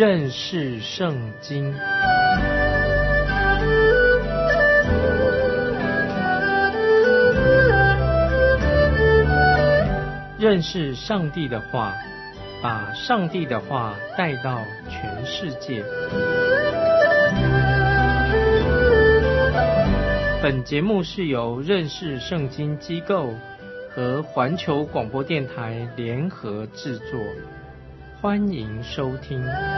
认识圣经。认识上帝的话，把上帝的话带到全世界。本节目是由认识圣经机构和环球广播电台联合制作，欢迎收听。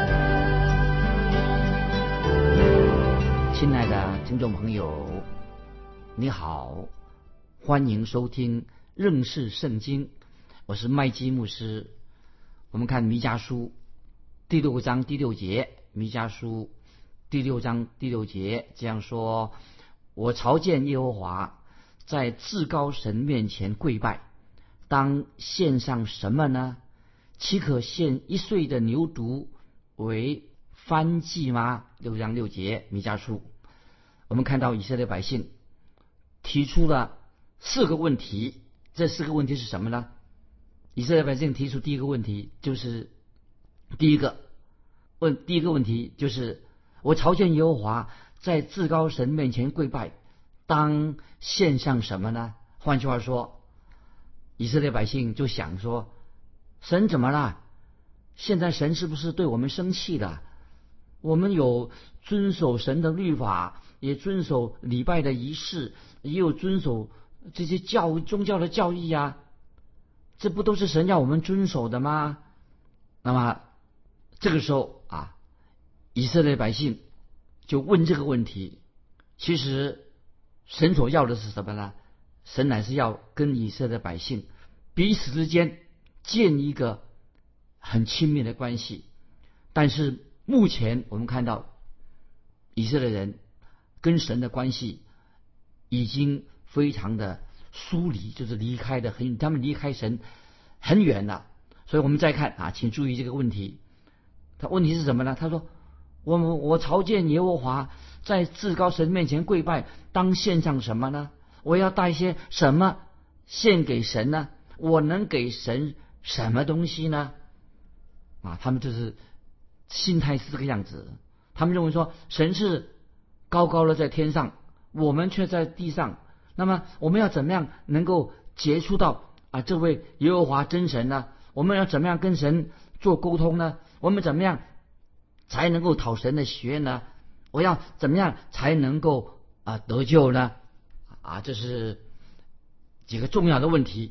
亲爱的听众朋友，你好，欢迎收听认识圣经，我是麦基牧师。我们看弥迦书第6章第6节，弥迦书第6章第6节这样说：我朝见耶和华，在至高神面前跪拜，当献上什么呢？岂可献1岁的牛犊为燔祭吗？6章6节弥迦书，我们看到以色列百姓提出了4个问题。这4个问题是什么呢？以色列百姓提出第一个问题就是第一个问题就是我朝见耶和华，在至高神面前跪拜，当献上什么呢？换句话说，以色列百姓就想说，神怎么了？现在神是不是对我们生气了？我们有遵守神的律法，也遵守礼拜的仪式，也有遵守这些宗教的教义啊，这不都是神要我们遵守的吗？那么这个时候以色列百姓就问这个问题。其实神所要的是什么呢？神乃是要跟以色列百姓彼此之间建一个很亲密的关系。但是目前我们看到以色列人跟神的关系已经非常的疏离，就是他们离开神很远了。所以我们再看请注意这个问题。他问题是什么呢？他说我朝见耶和华，在至高神面前跪拜，当献上什么呢？我要带些什么献给神呢？我能给神什么东西呢？他们就是心态是这个样子。他们认为说神是高高的在天上，我们却在地上，那么我们要怎么样能够接触到这位耶和华真神呢？我们要怎么样跟神做沟通呢？我们怎么样才能够讨神的喜悦呢？我要怎么样才能够得救呢？这是几个重要的问题。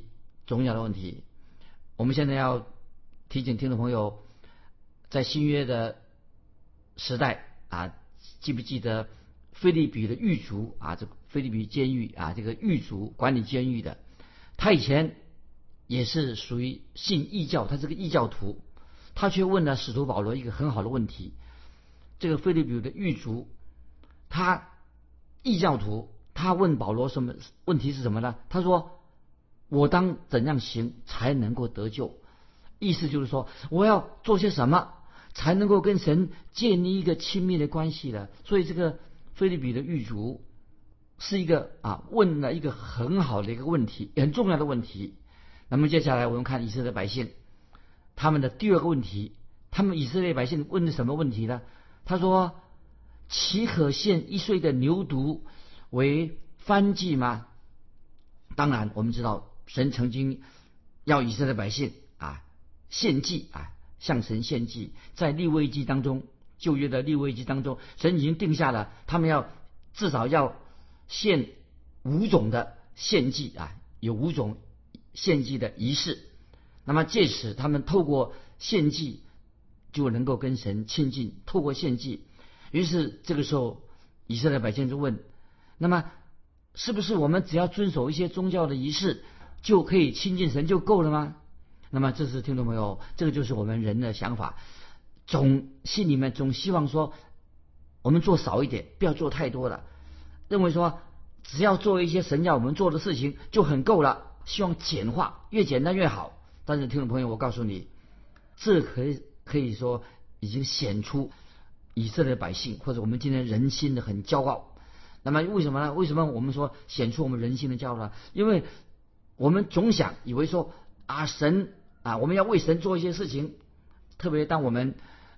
我们现在要提醒听众朋友，在新约的时代记不记得腓立比的狱卒这个腓立比监狱这个狱卒管理监狱的，他以前也是属于信异教，他是个异教徒，他却问了使徒保罗一个很好的问题。这个腓立比的狱卒，他异教徒，他问保罗什么问题是什么呢？他说我当怎样行才能够得救？意思就是说我要做些什么才能够跟神建立一个亲密的关系的。所以这个腓立比的狱卒是一个问了一个很好的一个问题，很重要的问题。那么接下来我们看以色列百姓他们的第二个问题。他们以色列百姓问的什么问题呢？他说岂可献1岁的牛犊为燔祭吗？当然我们知道神曾经要以色列百姓献祭向神献祭。在利未记当中，旧约的利未记当中，神已经定下了他们至少要献5种的献祭有5种献祭的仪式。那么借此他们透过献祭就能够跟神亲近，透过献祭。于是这个时候以色列百姓就问，那么是不是我们只要遵守一些宗教的仪式就可以亲近神就够了吗？那么这是听众朋友，这个就是我们人的想法，心里面总希望说我们做少一点，不要做太多了，认为说只要做一些神要我们做的事情就很够了，希望简化，越简单越好。但是听众朋友，我告诉你，这可以说已经显出以色列百姓或者我们今天人心的很骄傲。那么为什么呢？为什么我们说显出我们人心的骄傲呢？因为我们总想以为说神我们要为神做一些事情，特别当我们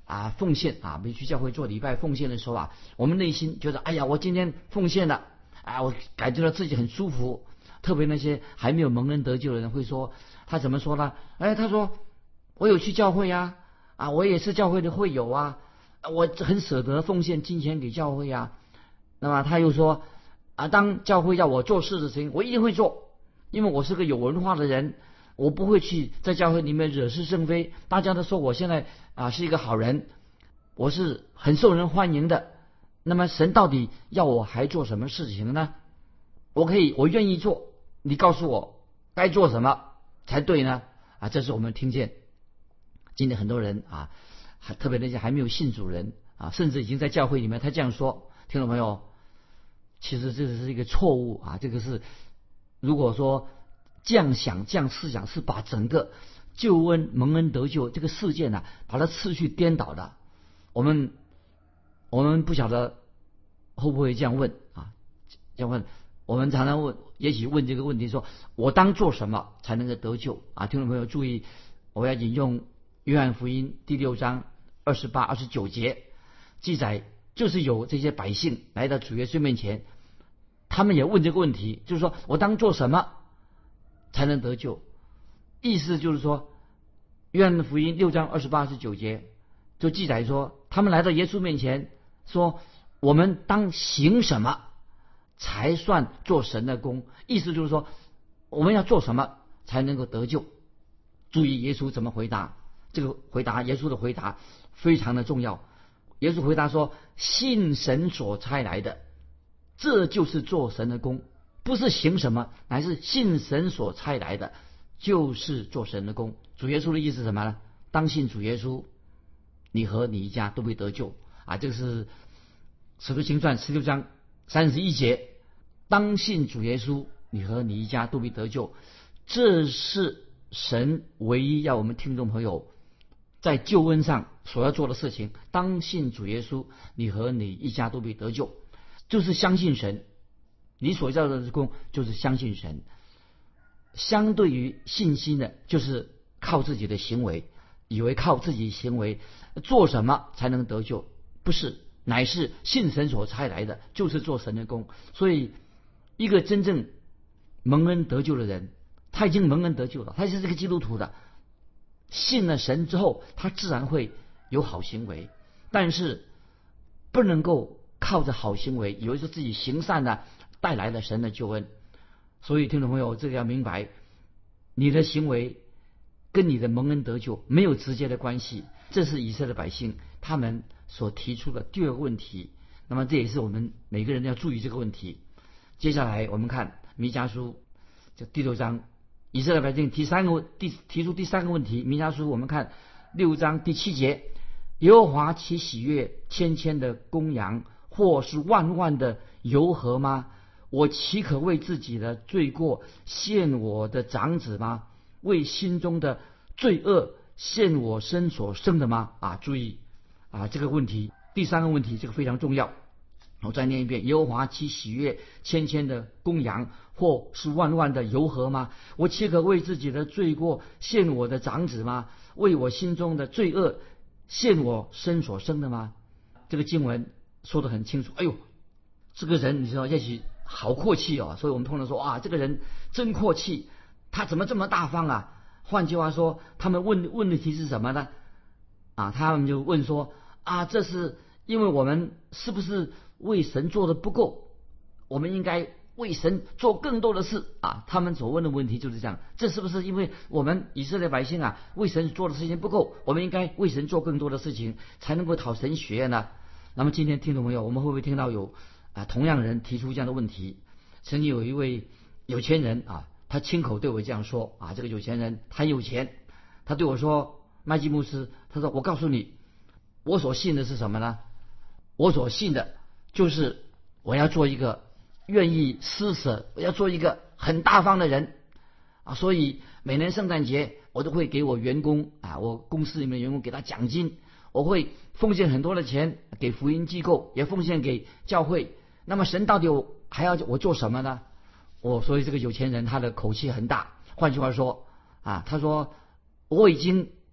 奉献没去教会做礼拜奉献的时候我们内心觉得哎呀，我今天奉献了我感觉到自己很舒服。特别那些还没有蒙恩得救的人会说，他怎么说呢？他说我有去教会我也是教会的会友我很舍得奉献金钱给教会那么他又说当教会要我做事的事情，我一定会做，因为我是个有文化的人，我不会去在教会里面惹是生非。大家都说我现在是一个好人，我是很受人欢迎的。那么神到底要我还做什么事情呢？我愿意做，你告诉我该做什么才对呢？这是我们听见今天很多人特别那些还没有信主人甚至已经在教会里面他这样说，听懂没有？其实这是一个错误这个是如果说这样想这样思想，是把整个救恩蒙恩得救这个事件把它次序颠倒的。我们不晓得会不会这样问这样问。我们常常问，也许问这个问题说，我当做什么才能够得救听众朋友注意，我要引用约翰福音第6章28、29节记载，就是有这些百姓来到主耶稣面前，他们也问这个问题，就是说我当做什么才能得救？意思就是说，约翰福音6章28、29节就记载说，他们来到耶稣面前说，我们当行什么才算做神的工？意思就是说，我们要做什么才能够得救？注意耶稣怎么回答，这个回答，耶稣的回答非常的重要。耶稣回答说，信神所差来的，这就是做神的工，不是行什么，乃是信神所差来的，就是做神的工。主耶稣的意思是什么呢？当信主耶稣，你和你一家都会得救这个是使徒行传16章31节，当信主耶稣，你和你一家都必得救。这是神唯一要我们听众朋友在救恩上所要做的事情。当信主耶稣，你和你一家都必得救，就是相信神。你所要的工就是相信神。相对于信心的，就是靠自己的行为，以为靠自己行为做什么才能得救，不是，乃是信神所差来的，就是做神的工。所以一个真正蒙恩得救的人，他已经蒙恩得救了，他是这个基督徒的，信了神之后，他自然会有好行为，但是不能够靠着好行为以为是自己行善带来了神的救恩。所以听众朋友，这个要明白，你的行为跟你的蒙恩得救没有直接的关系。这是以色列百姓他们所提出的第二个问题，那么这也是我们每个人要注意这个问题。接下来我们看弥迦书第6章，以色列百姓提出第三个问题。弥迦书我们看6章第7节，耶和华岂喜悦千千的公羊，或是万万的油河吗？我岂可为自己的罪过献我的长子吗？为心中的罪恶献我身所生的吗？注意这个问题，第三个问题，这个非常重要。我再念一遍，耶和华岂喜悦千千的公羊，或是万万的油河吗？我岂可为自己的罪过献我的长子吗？为我心中的罪恶献我身所生的吗？这个经文说得很清楚。哎呦，这个人你知道也许好阔气所以我们通常说这个人真阔气，他怎么这么大方换句话说，他们问的题是什么呢？他们就问说这是因为我们是不是为神做的不够，我们应该为神做更多的事他们所问的问题就是这样，这是不是因为我们以色列百姓为神做的事情不够，我们应该为神做更多的事情，才能够讨神喜悦呢？那么今天听众朋友，我们会不会听到有同样人提出这样的问题？曾经有一位有钱人他亲口对我这样说这个有钱人他很有钱，他对我说，麦基牧师，他说我告诉你，我所信的是什么呢？我所信的就是我要做一个愿意施舍，我要做一个很大方的人所以每年圣诞节我都会给我员工我公司里面的员工给他奖金，我会奉献很多的钱给福音机构，也奉献给教会。那么神到底还要我做什么呢？所以这个有钱人他的口气很大，换句话说他说我已经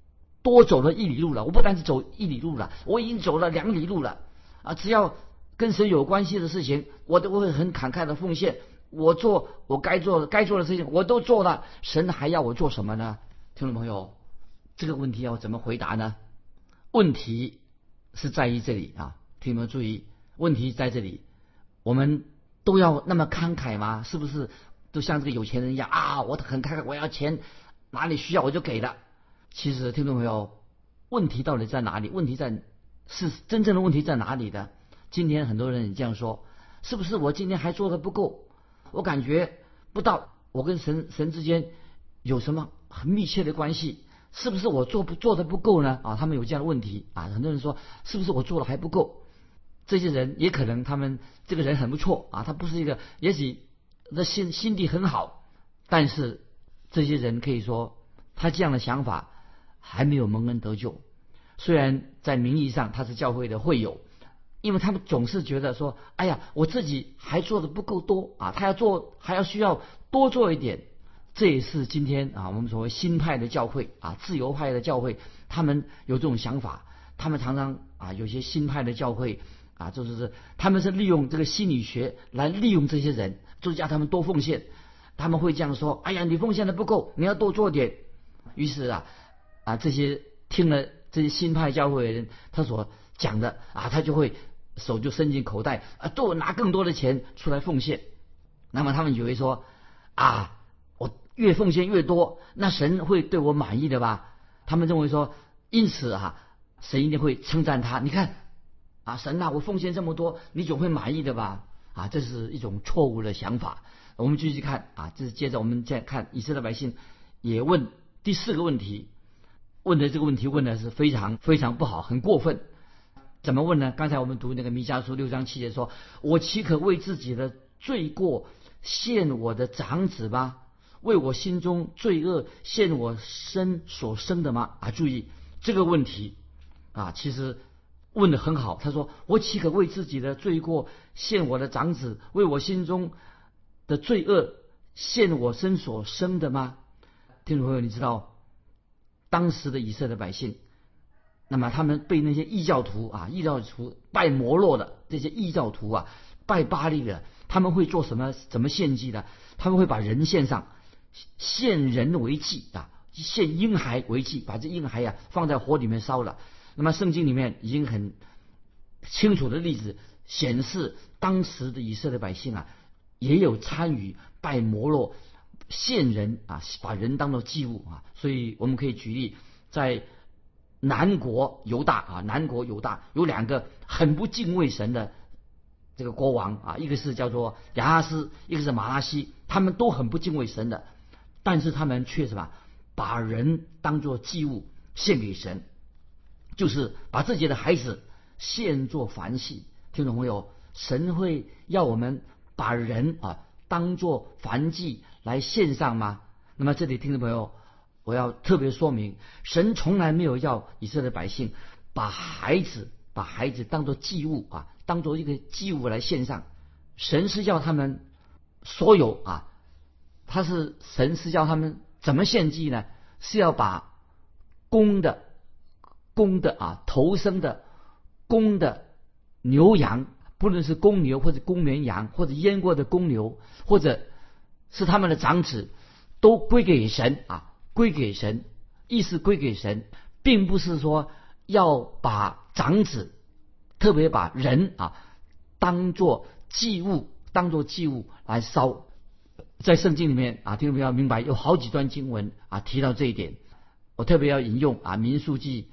多走了1里路了，我不单是走1里路了，我已经走了2里路了啊！只要跟神有关系的事情，我都会很慷慨的奉献。我做我该做的事情，我都做了，神还要我做什么呢？听众朋友，这个问题要怎么回答呢？问题是在于这里啊，听众们注意，问题在这里，我们都要那么慷慨吗？是不是都像这个有钱人一样啊？我很慷慨，我要钱，哪里需要我就给了。其实听众朋友，问题到底在哪里？是真正的问题在哪里的？今天很多人也这样说，是不是我今天还做的不够？我感觉不到我跟神之间有什么很密切的关系，是不是我做的不够呢？啊，他们有这样的问题啊，很多人说是不是我做的还不够？这些人也可能他们这个人很不错啊，他不是一个，也许他心地很好，但是这些人可以说他这样的想法还没有蒙恩得救。虽然在名义上他是教会的会友，因为他们总是觉得说，哎呀，我自己还做的不够多啊，还需要多做一点。这也是今天啊，我们所谓新派的教会啊，自由派的教会，他们有这种想法。他们常常啊，有些新派的教会啊，他们是利用这个心理学来利用这些人，就是叫他们多奉献。他们会这样说，哎呀，你奉献的不够，你要多做点。于是这些听了这些新派教会的人他所讲的啊，他就会手就伸进口袋啊，多拿更多的钱出来奉献。那么他们以为说啊，我越奉献越多，那神会对我满意的吧？他们认为说，因此神一定会称赞他。你看啊，神啊，我奉献这么多，你总会满意的吧？啊，这是一种错误的想法。我们继续看啊，这是接着我们再看以色列百姓也问第4个问题，问的这个问题问的是非常非常不好，很过分。怎么问呢？刚才我们读那个弥迦书6章7节说，我岂可为自己的罪过献我的长子吗？为我心中罪恶献我身所生的吗？啊，注意这个问题啊，其实问得很好。他说，我岂可为自己的罪过献我的长子，为我心中的罪恶献我身所生的吗？听众朋友，你知道当时的以色列百姓，那么他们被那些异教徒拜摩洛的这些异教徒拜巴力的，他们会做什么献祭的？他们会把人献上，献人为祭献婴孩为祭，把这婴孩放在火里面烧了。那么圣经里面已经很清楚的例子显示，当时的以色列百姓也有参与拜摩洛献人把人当作祭物所以我们可以举例，在南国犹大有2个很不敬畏神的这个国王一个是叫做亚哈斯，一个是马拉西，他们都很不敬畏神的，但是他们却把人当作祭物献给神，就是把自己的孩子献作燔祭。听众朋友，神会要我们把人当作燔祭来献上吗？那么这里听众朋友，我要特别说明，神从来没有要以色列百姓把孩子当作祭物当作一个祭物来献上。神是要他们所有神是要他们怎么献祭呢？是要把公的头生的公的牛羊，不论是公牛或者公绵羊，或者阉过的公牛，或者是他们的长子，都归给神归给神，意思归给神，并不是说要把长子，特别把人当作祭物来烧。在圣经里面听众朋友要明白，有好几段经文提到这一点。我特别要引用民数记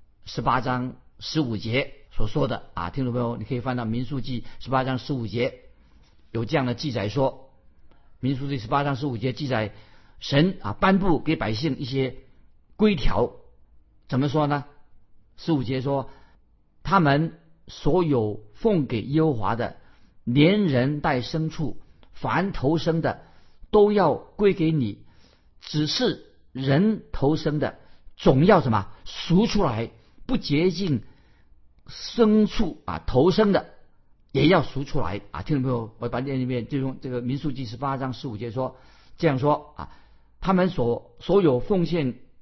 18章15节所说的听众朋友，你可以翻到民数记18章15节，有这样的记载说，民数记18章15节记载，神颁布给百姓一些规条，怎么说呢？15节说，他们所有奉给耶和华的，连人带牲畜，凡头生的都要归给你，只是人头生的总要赎出来，不洁净牲畜头生的也要赎出来听众朋友，我把念一遍，就用这个民数记18章15节说，这样说他们所有奉献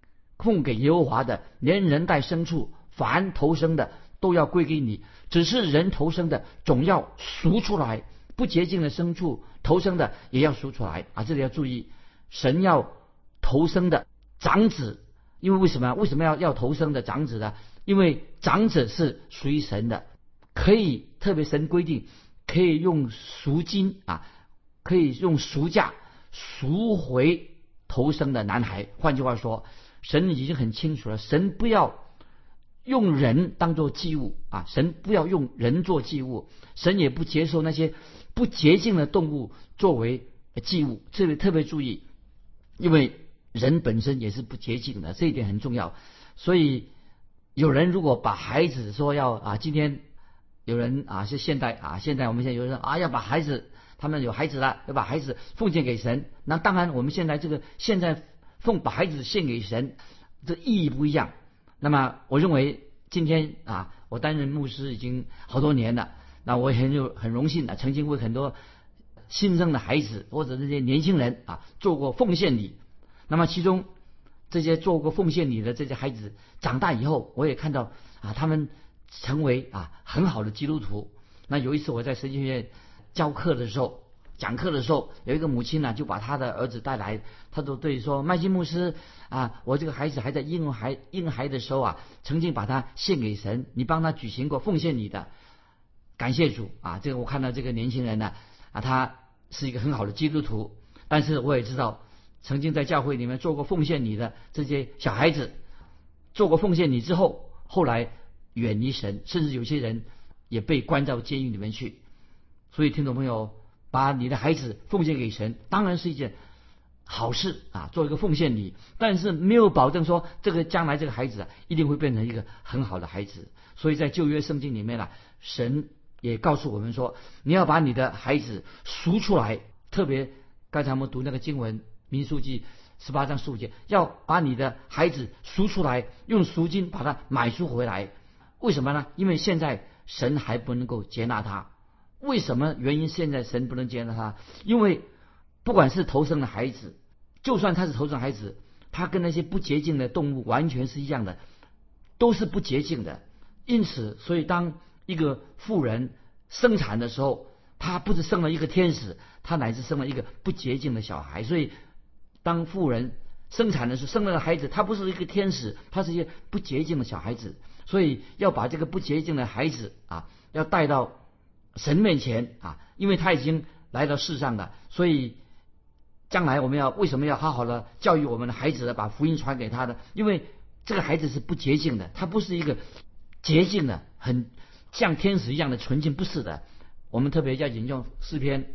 奉给耶和华的，连人带牲畜，凡投生的都要归给你。只是人投生的总要赎出来，不洁净的牲畜投生的也要赎出来啊！这里要注意，神要投生的长子，因为为什么要投生的长子呢？因为长子是属于神的，可以特别神规定可以用赎金啊，可以用赎价赎回投生的男孩。换句话说，神已经很清楚了，神不要用人当作祭物啊，神不要用人做祭物，神也不接受那些不洁净的动物作为祭物。这里特别注意，因为人本身也是不洁净的，这一点很重要。所以有人如果把孩子说要今天有人是现在我们现在有人要把孩子，他们有孩子了，要把孩子奉献给神。那当然我们现在把孩子献给神，这意义不一样。那么我认为今天我担任牧师已经好多年了，那我也很荣幸的曾经为很多新生的孩子或者这些年轻人做过奉献礼。那么其中这些做过奉献礼的这些孩子长大以后，我也看到他们成为很好的基督徒。那有一次我在神学院讲课的时候，有一个母亲就把她的儿子带来，她就对说，麦基牧师我这个孩子还在婴孩的时候曾经把他献给神，你帮他举行过奉献礼的。感谢主这个我看到这个年轻人他是一个很好的基督徒。但是我也知道曾经在教会里面做过奉献礼的这些小孩子，做过奉献礼之后，后来远离神，甚至有些人也被关到监狱里面去。所以听众朋友，把你的孩子奉献给神当然是一件好事做一个奉献礼，但是没有保证说将来这个孩子一定会变成一个很好的孩子。所以在旧约圣经里面神也告诉我们说，你要把你的孩子赎出来。特别刚才我们读那个经文民数记18章15节，要把你的孩子赎出来，用赎金把他买赎回来。为什么呢？因为现在神还不能够接纳他。为什么原因现在神不能接纳他？因为不管是投生的孩子，就算他是投生孩子，他跟那些不洁净的动物完全是一样的，都是不洁净的。因此所以当一个妇人生产的时候，他不是生了一个天使，他乃是生了一个不洁净的小孩。所以当妇人生产的时候，生了个孩子，他不是一个天使，他是一个不洁净的小孩子。所以要把这个不洁净的孩子要带到神面前因为他已经来到世上了。所以将来我们为什么要好好的教育我们的孩子把福音传给他的？因为这个孩子是不洁净的，他不是一个洁净的很像天使一样的纯净，不是的。我们特别要引用诗篇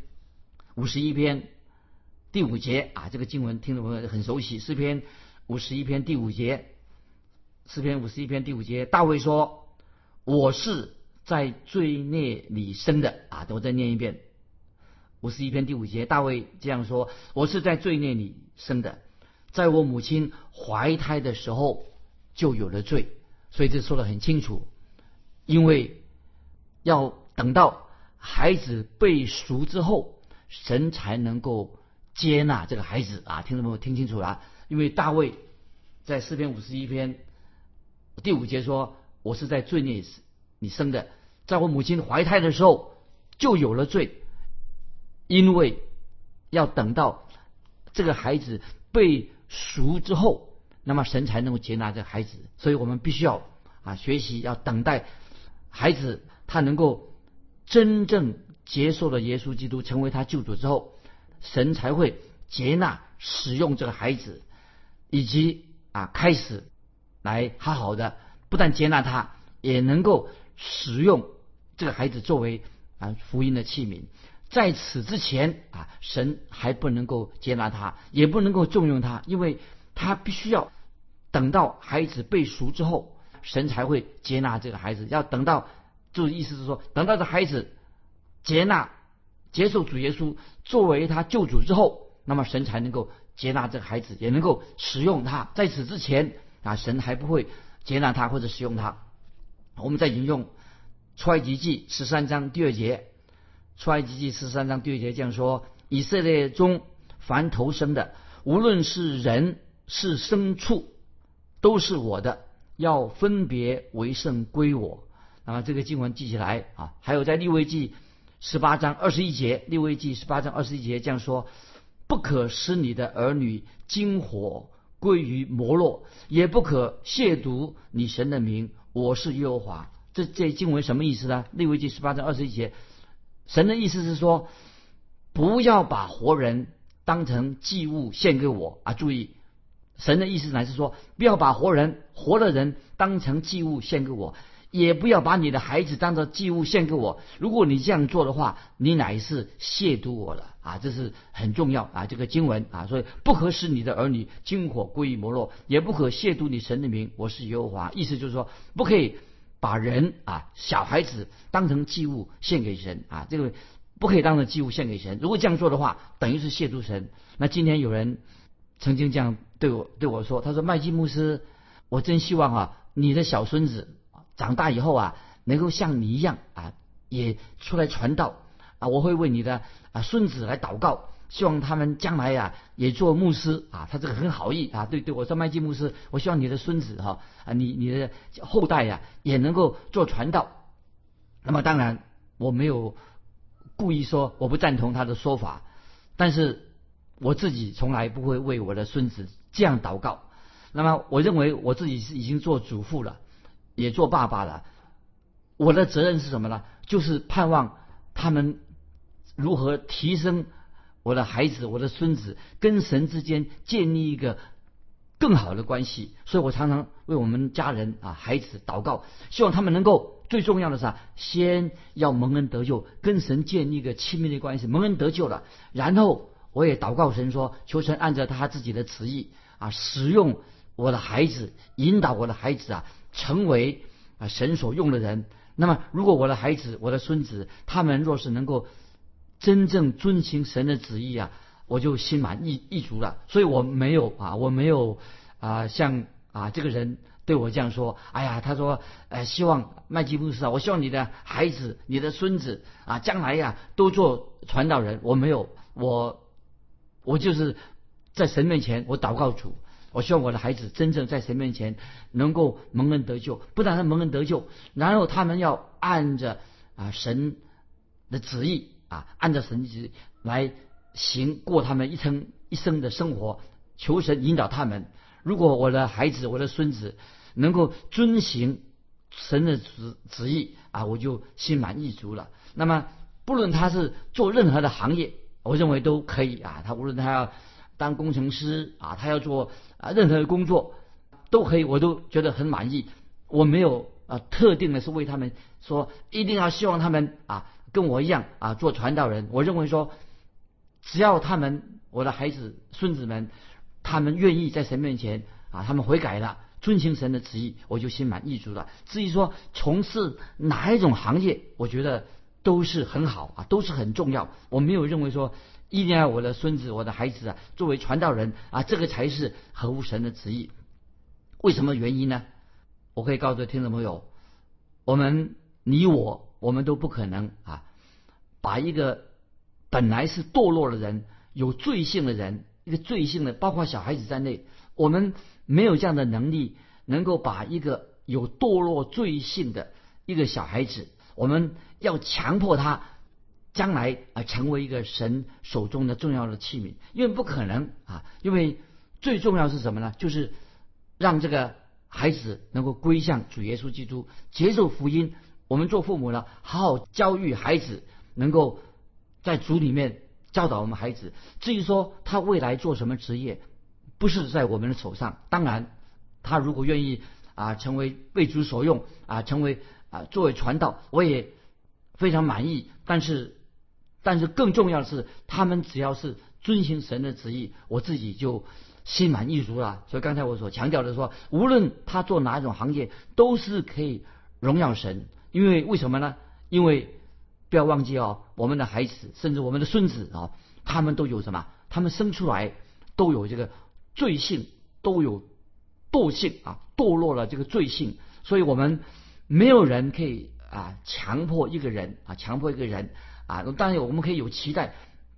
51篇第5节这个经文听众朋友很熟悉。诗篇51篇第5节，大卫说，我是在罪孽里生的我再念一遍51篇第5节，大卫这样说，我是在罪孽里生的，在我母亲怀胎的时候就有了罪。所以这说得很清楚，因为要等到孩子被赎之后，神才能够接纳这个孩子听众朋友听清楚了。因为大卫在诗篇51篇第5节说，我是在罪孽里生的，在我母亲怀胎的时候就有了罪。因为要等到这个孩子被赎之后，那么神才能够接纳这个孩子。所以我们必须要学习，要等待孩子他能够真正接受了耶稣基督成为他救主之后，神才会接纳使用这个孩子，以及开始来好好的不但接纳他，也能够使用这个孩子作为福音的器皿。在此之前神还不能够接纳他，也不能够重用他，因为他必须要等到孩子被赎之后，神才会接纳这个孩子。要等到，就是意思是说，等到这孩子接受主耶稣作为他救主之后，那么神才能够接纳这个孩子，也能够使用他。在此之前神还不会接纳他或者使用他。我们再引用出埃及记13章第2节，出埃及记13章第2节这样说，以色列中凡投生的，无论是人是牲畜， 都是我的，要分别为圣归我。那么这个经文记起来啊，还有在利未记18章21节，利未记18章21节这样说：不可使你的儿女经火归于摩洛，也不可亵渎你神的名，我是耶和华。这经文什么意思呢？利未记18章21节，神的意思是说，不要把活人当成祭物献给我啊！注意，神的意思乃是说，不要把活的人当成祭物献给我，也不要把你的孩子当成祭物献给我。如果你这样做的话，你乃是亵渎我了啊！这是很重要啊，这个经文啊，所以不可使你的儿女经火归于摩洛，也不可亵渎你神的名，我是耶和华。意思就是说，不可以把人啊小孩子当成祭物献给神啊，这个不可以当成祭物献给神。如果这样做的话，等于是亵渎神。那今天有人曾经这样对我说，他说：麦基牧师，我真希望啊，你的小孙子长大以后啊，能够像你一样啊，也出来传道啊。我会为你的孙子来祷告，希望他们将来啊也做牧师啊。他这个很好意啊，对我说，麦基牧师，我希望你的孙子你的后代呀也能够做传道。那么当然我没有故意说我不赞同他的说法，但是我自己从来不会为我的孙子这样祷告。那么我认为我自己是已经做祖父了，也做爸爸了，我的责任是什么呢？就是盼望他们如何提升我的孩子，我的孙子跟神之间建立一个更好的关系。所以我常常为我们家人孩子祷告，希望他们能够，最重要的是先要蒙恩得救，跟神建立一个亲密的关系，蒙恩得救了，然后我也祷告神说，求神按照他自己的旨意使用我的孩子，引导我的孩子成为神所用的人。那么如果我的孩子，我的孙子，他们若是能够真正遵行神的旨意我就心满意足了。所以我没有像这个人对我这样说，哎呀，他说希望麦基牧师我希望你的孩子，你的孙子将来都做传道人。我没有，我就是在神面前我祷告主，我希望我的孩子真正在神面前能够蒙恩得救，不但是蒙恩得救，然后他们要按着神的旨意按照神的旨意来过他们一生的生活，求神引导他们。如果我的孩子，我的孙子能够遵行神的旨意我就心满意足了。那么不论他是做任何的行业，我认为都可以他无论他要当工程师他要做任何的工作都可以，我都觉得很满意。我没有特定的是为他们说一定要希望他们跟我一样做传道人。我认为说，只要他们，我的孩子孙子们，他们愿意在神面前他们悔改了，遵行神的旨意，我就心满意足了。至于说从事哪一种行业，我觉得都是很好都是很重要。我没有认为说一定要我的孙子，我的孩子作为传道人这个才是合乎神的旨意。为什么原因呢？我可以告诉听众朋友，你我们都不可能把一个本来是堕落的人，有罪性的人，一个罪性的，包括小孩子在内，我们没有这样的能力，能够把一个有堕落罪性的一个小孩子，我们要强迫他将来成为一个神手中的重要的器皿，因为不可能因为最重要是什么呢？就是让这个孩子能够归向主耶稣基督，接受福音。我们做父母了，好好教育孩子，能够在主里面教导我们孩子。至于说他未来做什么职业，不是在我们的手上。当然他如果愿意成为为主所用成为作为传道，我也非常满意。但是更重要的是，他们只要是遵行神的旨意，我自己就心满意足了。所以刚才我所强调的说，无论他做哪一种行业，都是可以荣耀神。因为什么呢？因为不要忘记我们的孩子甚至我们的孙子他们都有什么？他们生出来都有这个罪性，都有惰性堕落了这个罪性。所以我们没有人可以强迫一个人当然我们可以有期待，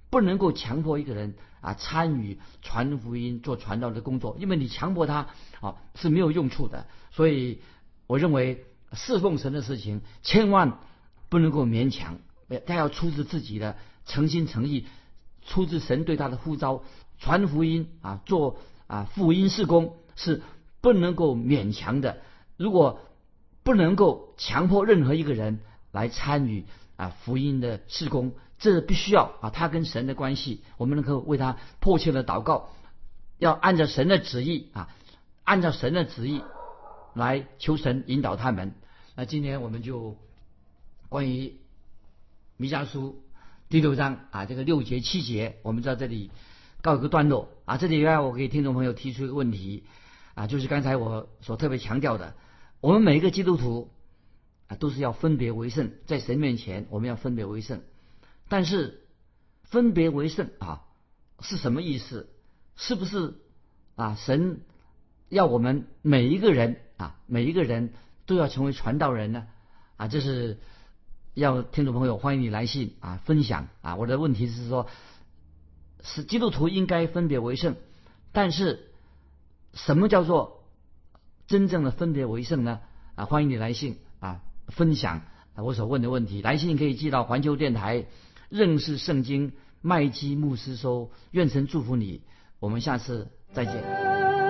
不能够强迫一个人参与传福音、做传道的工作，因为你强迫他是没有用处的。所以我认为侍奉神的事情千万不能够勉强，他要出自自己的诚心诚意，出自神对他的呼召，传福音做福音事工是不能够勉强的。如果不能够强迫任何一个人来参与福音的事工，这必须要他跟神的关系，我们能够为他迫切的祷告，要按照神的旨意按照神的旨意来求神引导他们。那今天我们就关于弥迦书第6章这个6节7节，我们在这里告一个段落这里我给听众朋友提出一个问题就是刚才我所特别强调的，我们每一个基督徒都是要分别为圣，在神面前我们要分别为圣。但是分别为圣是什么意思？是不是神要我们每一个人都要成为传道人呢？这是要听众朋友欢迎你来信分享我的问题是说，是基督徒应该分别为圣，但是什么叫做真正的分别为圣呢？欢迎你来信分享我所问的问题。来信可以寄到环球电台认识圣经麦基牧师收。愿神祝福你，我们下次再见。